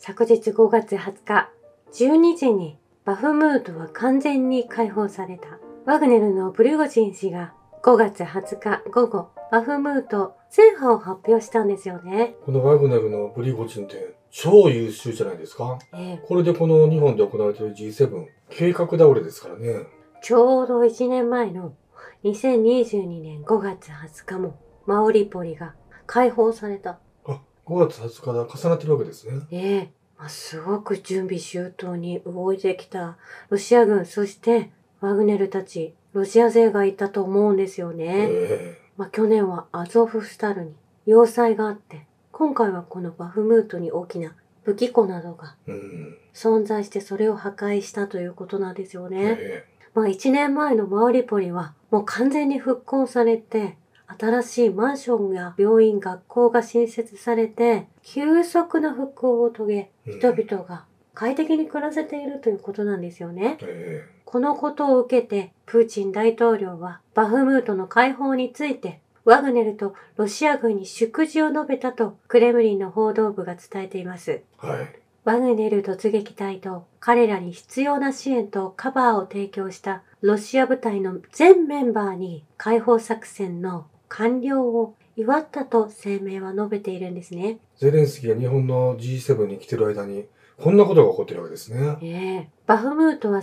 昨日5月20日、12時にバフムートは完全に解放された。ワグネルのプリゴジン氏が5月20日午後、バフムート制覇を発表したんですよね。 このワグネルのプリゴジンって超優秀じゃないですか。これでこの日本で行われている G7、計画倒れですからね。 ちょうど1年前の2022年5月20日もマウリポリが解放された。 5月20日だ、重なってるわけですね。 すごく準備周到に動いてきたロシア軍、そしてワグネルたち、ロシア勢がいたと思うんですよね。去年はアゾフスタルに要塞があって、今回はこのバフムートに大きな武器庫などが存在してそれを破壊したということなんですよね。1年前のマウリポリはもう完全に復興されて、新しいマンションや病院、学校が新設されて、急速な復興を遂げ、人々が快適に暮らせているということなんですよね。このことを受けて、プーチン大統領はバフムートの解放について、ワグネルとロシア軍に祝辞を述べたとクレムリンの報道部が伝えています。ワグネル突撃隊と彼らに必要な支援とカバーを提供したロシア部隊の全メンバーに解放作戦の完了を祝ったと声明は述べているんですね。 ゼレンスキーが日本の G7 に来てる間にこんなことが起こってるわけですね。 バフムートは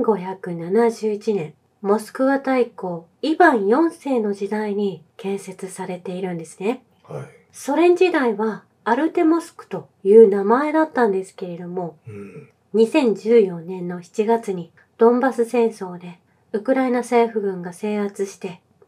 1571年、モスクワ大公イヴァン4世の時代に建設されているんですね。ソ連時代はアルテモスクという名前だったんですけれども、2014年の7月にドンバス戦争でウクライナ政府軍が制圧して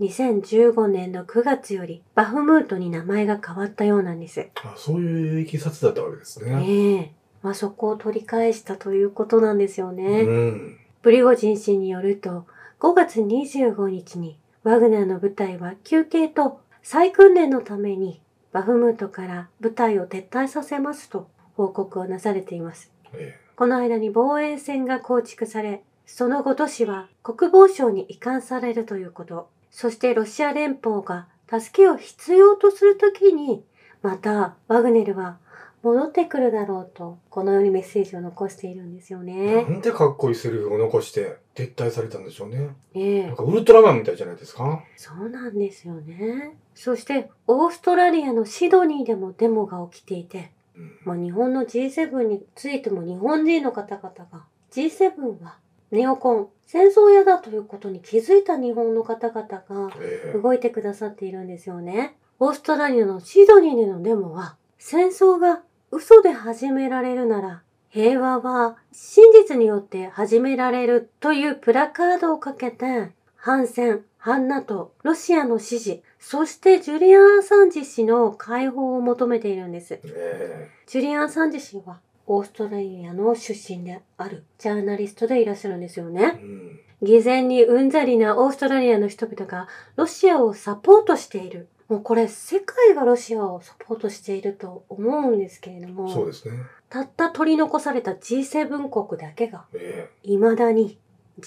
、2015年の9月よりバフムートに名前が変わったようなんです。 そういういきさつだったわけですね。 そこを取り返したということなんですよね。プリゴジン氏によると、5月25日にワグネルの部隊は休憩と再訓練のためにバフムートから部隊を撤退させますと報告をなされています。この間に防衛線が構築され、その後都市は国防省に移管されるということ。そしてロシア連邦が助けを必要とするときに、またワグネルは戻ってくるだろうと、このようにメッセージを残しているんですよね。 なんでかっこいいセリフを残して撤退されたんでしょうね。 なんかウルトラマンみたいじゃないですか。 そうなんですよね。そしてオーストラリアのシドニーでもデモが起きていて、日本の G7 についても日本人の方々が G7 はネオコン、戦争嫌だということに気づいた日本の方々が動いてくださっているんですよね。オーストラリアのシドニーでのデモは、戦争が嘘で始められるなら、平和は真実によって始められるというプラカードをかけて、反戦、反NATO、ロシアの支持、そしてジュリアン・アサンジ氏の解放を求めているんです。ジュリアン・アサンジ氏は、オーストラリアの出身であるジャーナリストでいらっしゃるんですよね。偽善にうんざりなオーストラリアの人々がロシアをサポートしている。もうこれ世界がロシアをサポートしていると思うんですけれども、 そうですね。 たった取り残された G7 国だけが、未だに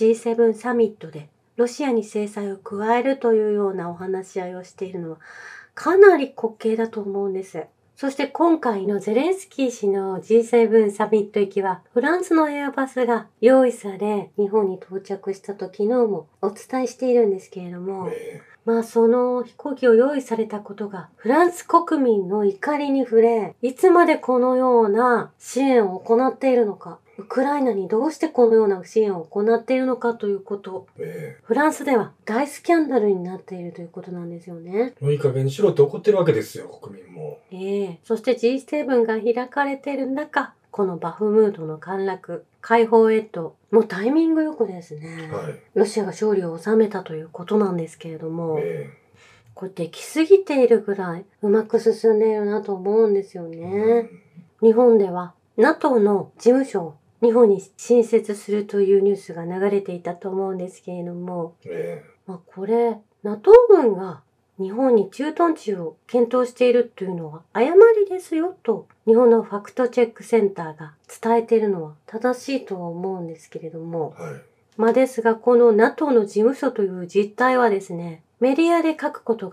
G7 サミットでロシアに制裁を加えるというようなお話し合いをしているのはかなり滑稽だと思うんです。そして今回のゼレンスキー氏の G7 サミット行きはフランスのエアバスが用意され日本に到着したと昨日もお伝えしているんですけれども、その飛行機を用意されたことがフランス国民の怒りに触れ、いつまでこのような支援を行っているのか、ウクライナにどうしてこのような支援を行っているのかということ、フランスでは大スキャンダルになっているということなんですよね。 もういい加減にしろって怒ってるわけですよ、国民も。 そして G7 が開かれている中、このバフムートの陥落、解放へと、もうタイミングよくですね、ロシアが勝利を収めたということなんですけれども、これできすぎているぐらいうまく進んでいるなと思うんですよね。日本では NATO の事務所を日本に新設するというニュースが流れていたと思うんですけれども、これ NATO 軍が日本に駐屯地を検討しているというのは誤りですよと日本のファクトチェックセンターが伝えているのは正しいとは思うんですけれども、ですがこの NATO の事務所という実態はですね、メディアで書くことが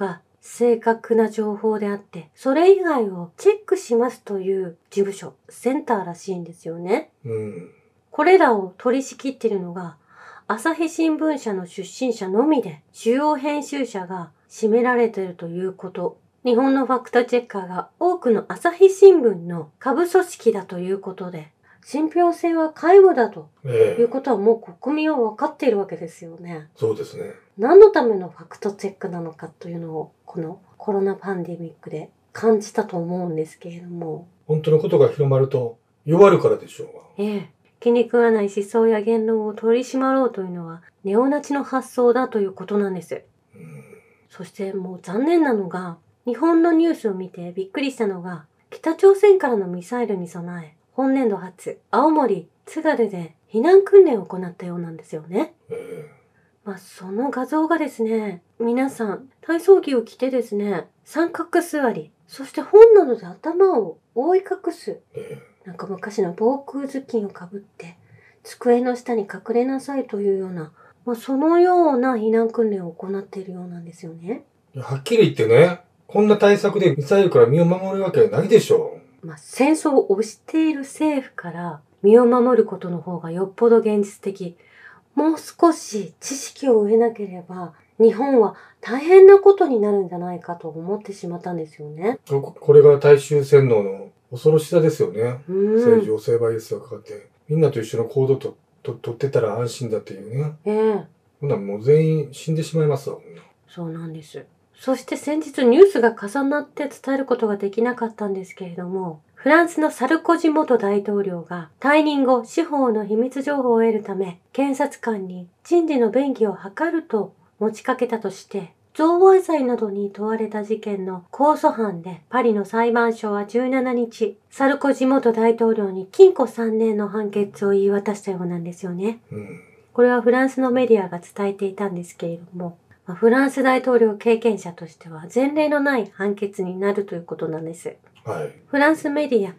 正確な情報であって、それ以外をチェックしますという事務所、センターらしいんですよね。これらを取り仕切っているのが、朝日新聞社の出身者のみで、主要編集者が占められているということ。日本のファクトチェッカーが多くの朝日新聞の下部組織だということで、信憑性は皆無だということはもう国民は分かっているわけですよね。 そうですね。 何のためのファクトチェックなのかというのをこのコロナパンデミックで感じたと思うんですけれども。 本当のことが広まると弱るからでしょうが。気に食わない思想や言論を取り締まろうというのはネオナチの発想だということなんです。そしてもう残念なのが、日本のニュースを見てびっくりしたのが、北朝鮮からのミサイルに備え、本年度初、青森、津軽で避難訓練を行ったようなんですよね。その画像がですね、皆さん体操着を着てですね、三角座り、そして本などで頭を覆い隠す。なんか昔の防空頭巾をかぶって、机の下に隠れなさいというような、そのような避難訓練を行っているようなんですよね。 はっきり言ってね、こんな対策でミサイルから身を守るわけないでしょう。 戦争を推している政府から身を守ることの方がよっぽど現実的。もう少し知識を得なければ、日本は大変なことになるんじゃないかと思ってしまったんですよね。 これが大衆洗脳の恐ろしさですよね。正常性バイアスがかかって、みんなと一緒の行動と取ってたら安心だっていうね。ほんならもう全員死んでしまいますわ。 そうなんです。そして先日ニュースが重なって伝えることができなかったんですけれども、フランスのサルコジ元大統領が退任後司法の秘密情報を得るため、検察官に人事の便宜を図ると持ちかけたとして、贈賄罪などに問われた事件の控訴犯で、パリの裁判所は17日、サルコジ元大統領に禁錮3年の判決を言い渡したようなんですよね。これはフランスのメディアが伝えていたんですけれども、フランス大統領経験者としては前例のない判決になるということなんです。フランスメディア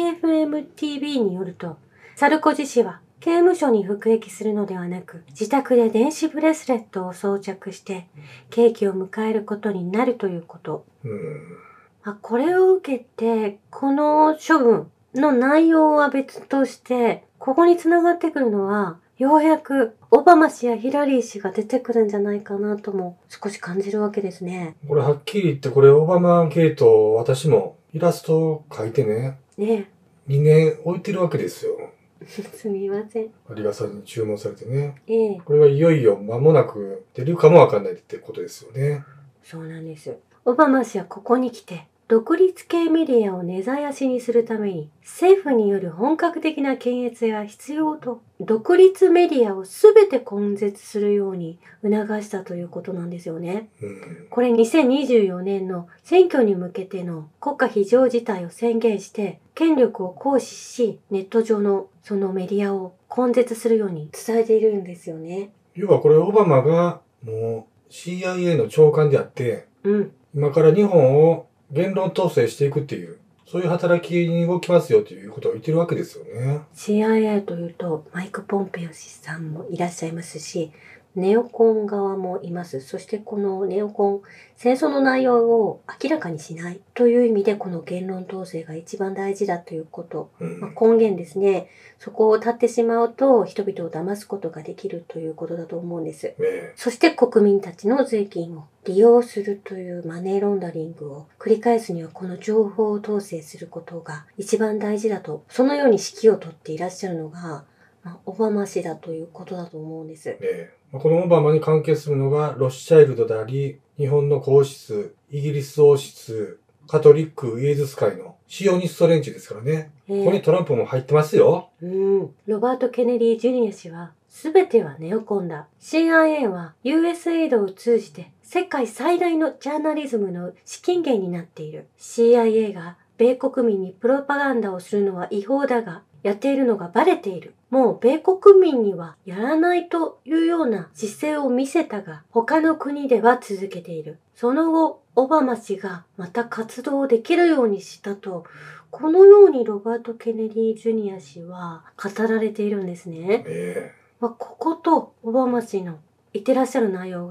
BFM-TV によると、サルコジ氏は刑務所に服役するのではなく、自宅で電子ブレスレットを装着して刑期を迎えることになるということ。これを受けて、この処分の内容は別として、ここに繋がってくるのは、ようやくオバマ氏やヒラリー氏が出てくるんじゃないかなとも少し感じるわけですね。 これはっきり言ってこれオバマゲート、私もイラストを描いてね。2年置いてるわけですよ。 すみません。 有賀さんに注文されてね。これがいよいよ間もなく出るかもわかんないってことですよね。 そうなんです。オバマ氏はここに来て、独立系メディアを根絶やしにするために、政府による本格的な検閲や必要と、独立メディアをすべて根絶するように促したということなんですよね。これ2024年の選挙に向けての国家非常事態を宣言して、権力を行使し、ネット上のそのメディアを根絶するように伝えているんですよね。 要はこれオバマがもう CIA の長官であって、今から日本を言論統制していくっていう、そういう働きに動きますよということを言ってるわけですよね。 CIA というと、マイク・ポンペオ氏さんもいらっしゃいますし、ネオコン側もいます。そしてこのネオコン、戦争の内容を明らかにしないという意味で、この言論統制が一番大事だということ。根源ですね。そこを立ってしまうと、人々を騙すことができるということだと思うんです。そして国民たちの税金を利用するというマネーロンダリングを繰り返すには、この情報を統制することが一番大事だと、そのように指揮を執っていらっしゃるのが、オバマ氏だということだと思うんです。 このオバマに関係するのがロスチャイルドであり、日本の皇室、イギリス王室、カトリック・イエズス会のシオニスト連中ですからね。ここにトランプも入ってますよ。 ロバート・ケネディ・ジュニア氏は、すべてはネオコンだ。CIA は USAID を通じて世界最大のジャーナリズムの資金源になっている。CIA が米国民にプロパガンダをするのは違法だが、やっているのがバレている。もう米国民にはやらないというような姿勢を見せたが、他の国では続けている。その後、オバマ氏がまた活動できるようにしたと、このようにロバート・ケネディ・ジュニア氏は語られているんですね。こことオバマ氏の言ってらっしゃる内容が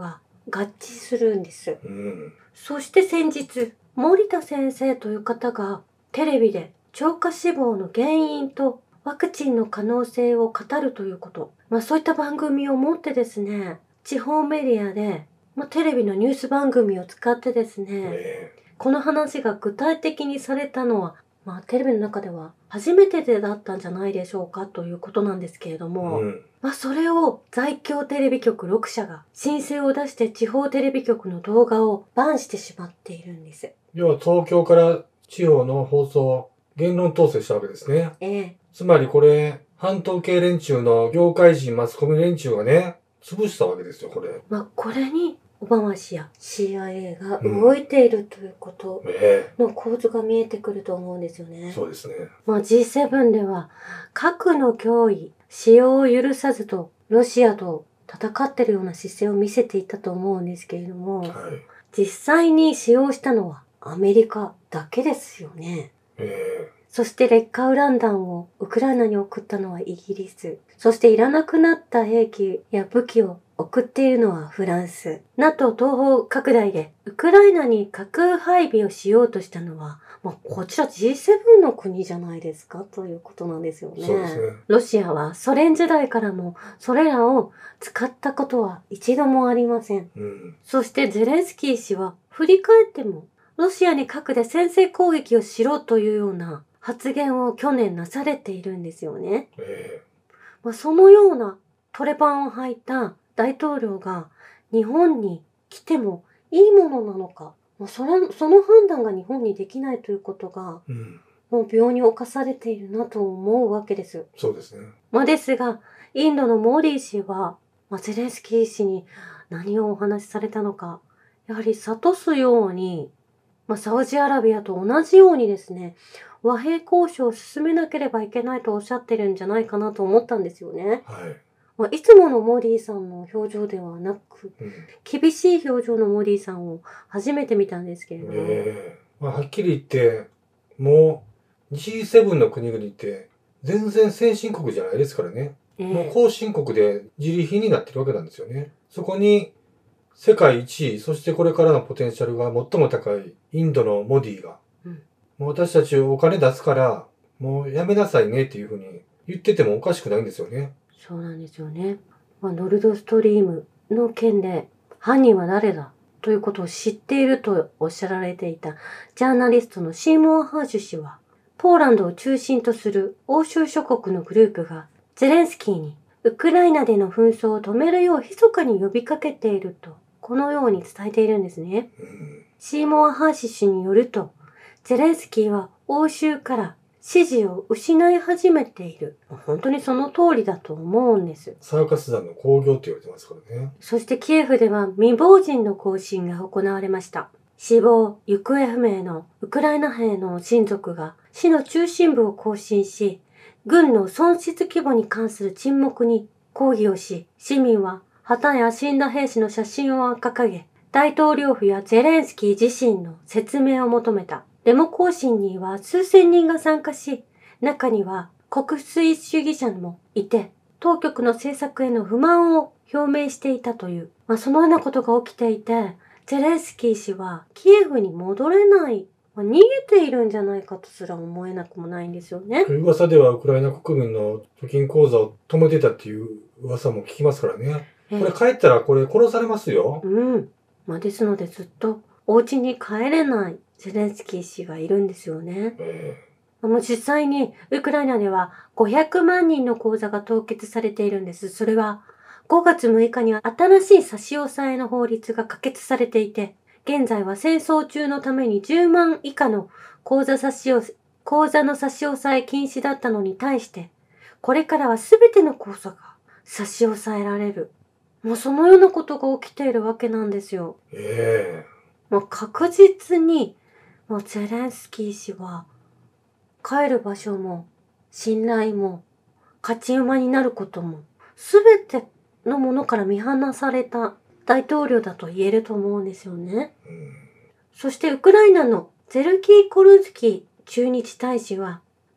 合致するんです。 うん。 そして先日、森田先生という方がテレビで超過死亡の原因とワクチンの可能性を語るということ。そういった番組を持ってですね、地方メディアで、テレビのニュース番組を使ってですね、この話が具体的にされたのは、テレビの中では初めてだったんじゃないでしょうかということなんですけれども、それを在京テレビ局6社が申請を出して地方テレビ局の動画をバンしてしまっているんです。 要は東京から地方の放送を言論統制したわけですね。つまりこれ、半島系連中の業界人マスコミ連中がね、潰したわけですよ、これ。 これにオバマ氏や CIA が動いているということの構図が見えてくると思うんですよね。 そうですね。 G7 では核の脅威、使用を許さずとロシアと戦っているような姿勢を見せていたと思うんですけれども、実際に使用したのはアメリカだけですよね。そして劣化ウラン弾をウクライナに送ったのはイギリス。そしていらなくなった兵器や武器を送っているのはフランス。NATO 東方拡大でウクライナに核配備をしようとしたのは、こちら G7 の国じゃないですかということなんですよね。 そうですね。 ロシアはソ連時代からもそれらを使ったことは一度もありません。そしてゼレンスキー氏は振り返ってもロシアに核で先制攻撃をしろというような発言を去年なされているんですよね。そのようなトレパンを履いた大統領が日本に来てもいいものなのか、その判断が日本にできないということが、もう病に侵されているなと思うわけです。 そうですね。 ですが、インドのモディ氏は、ゼレンスキー氏に何をお話しされたのか、やはり諭すように、サウジアラビアと同じようにですね、和平交渉を進めなければいけないとおっしゃってるんじゃないかなと思ったんですよね。いつものモディさんの表情ではなく、厳しい表情のモディさんを初めて見たんですけれども。 はっきり言って、もう G7 の国々って全然先進国じゃないですからね。もう後進国で自利品になってるわけなんですよね。そこに世界一位、そしてこれからのポテンシャルが最も高いインドのモディが、もう私たちお金出すから、もうやめなさいねっていうふうに言っててもおかしくないんですよね。 そうなんですよね。ノルドストリームの件で犯人は誰だということを知っているとおっしゃられていたジャーナリストのシーモア・ハージュ氏は、ポーランドを中心とする欧州諸国のグループがゼレンスキーにウクライナでの紛争を止めるよう密かに呼びかけていると、このように伝えているんですね。シーモア・ハージュ氏によると、ゼレンスキーは欧州から支持を失い始めている。本当にその通りだと思うんです。 サーカス団の興行って言われてますからね。 そしてキエフでは未亡人の行進が行われました。死亡、行方不明のウクライナ兵の親族が市の中心部を行進し、軍の損失規模に関する沈黙に抗議をし、市民は旗や死んだ兵士の写真を掲げ、大統領府やゼレンスキー自身の説明を求めた。デモ行進には数千人が参加し、中には国粋主義者もいて、当局の政策への不満を表明していたという、そのようなことが起きていて、ゼレンスキー氏はキエフに戻れない、逃げているんじゃないかとすら思えなくもないんですよね。 噂ではウクライナ国民の貯金口座を止めてたっていう噂も聞きますからね。これ帰ったらこれ殺されますよ。 ですのでずっとお家に帰れないゼレンスキー氏がいるんですよね。実際にウクライナでは500万人の口座が凍結されているんです。それは5月6日に新しい差し押さえの法律が可決されていて、現在は戦争中のために10万以下の口座の差し押さえ禁止だったのに対して、これからは全ての口座が差し押さえられる。そのようなことが起きているわけなんですよ。確実に、ゼレンスキー氏は、帰る場所も、信頼も、勝ち馬になることも、すべてのものから見放された大統領だと言えると思うんですよね。そしてウクライナのゼルキー・コルンスキー駐日大使は、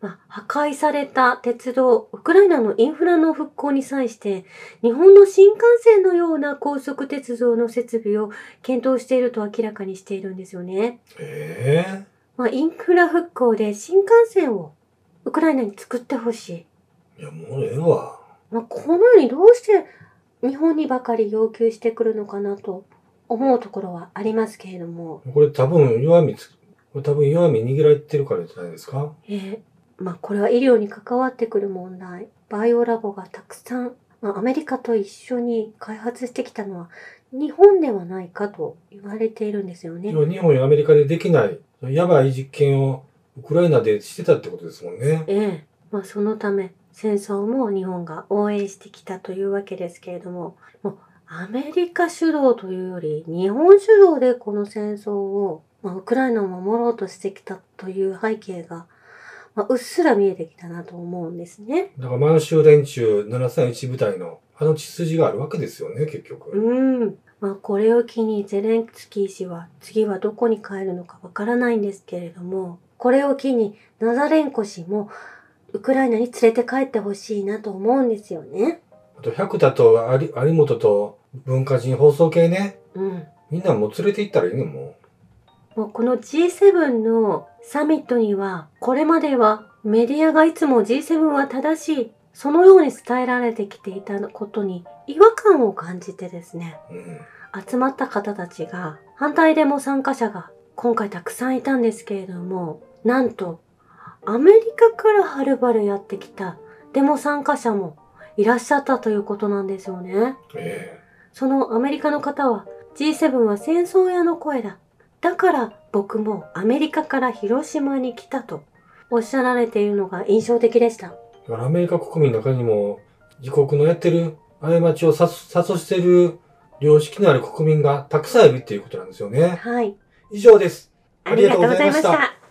破壊された鉄道、ウクライナのインフラの復興に際して、日本の新幹線のような高速鉄道の設備を検討していると明らかにしているんですよね。インフラ復興で新幹線をウクライナに作ってほしい。 いや、もうええわ。 このようにどうして日本にばかり要求してくるのかなと思うところはありますけれども。 これ多分弱み握られてるからじゃないですか。 これは医療に関わってくる問題。バイオラボがたくさん、アメリカと一緒に開発してきたのは日本ではないかと言われているんですよね。 日本やアメリカでできない、やばい実験をウクライナでしてたってことですもんね。 そのため、戦争も日本が応援してきたというわけですけれども、アメリカ主導というより、日本主導でこの戦争を、ウクライナを守ろうとしてきたという背景が、うっすら見えてきたなと思うんですね。 だから満州連中731部隊の血筋があるわけですよね、結局。 これを機にゼレンスキー氏は次はどこに帰るのかわからないんですけれども、これを機にナザレンコ氏もウクライナに連れて帰ってほしいなと思うんですよね。 あと、百田と有本と文化人放送系ね。みんなもう連れて行ったらいいのもうこの G7 のサミットには、これまではメディアがいつも G7 は正しい、そのように伝えられてきていたことに違和感を感じてですね、集まった方たちが、反対デモ参加者が今回たくさんいたんですけれども、なんとアメリカからはるばるやってきたデモ参加者もいらっしゃったということなんですよね。そのアメリカの方は G7 は戦争屋の声だ。だから僕もアメリカから広島に来たとおっしゃられているのが印象的でした。 だからアメリカ国民の中にも自国のやってる過ちを諭している良識のある国民がたくさんいるっていうことなんですよね。 はい。 以上です。 ありがとうございました。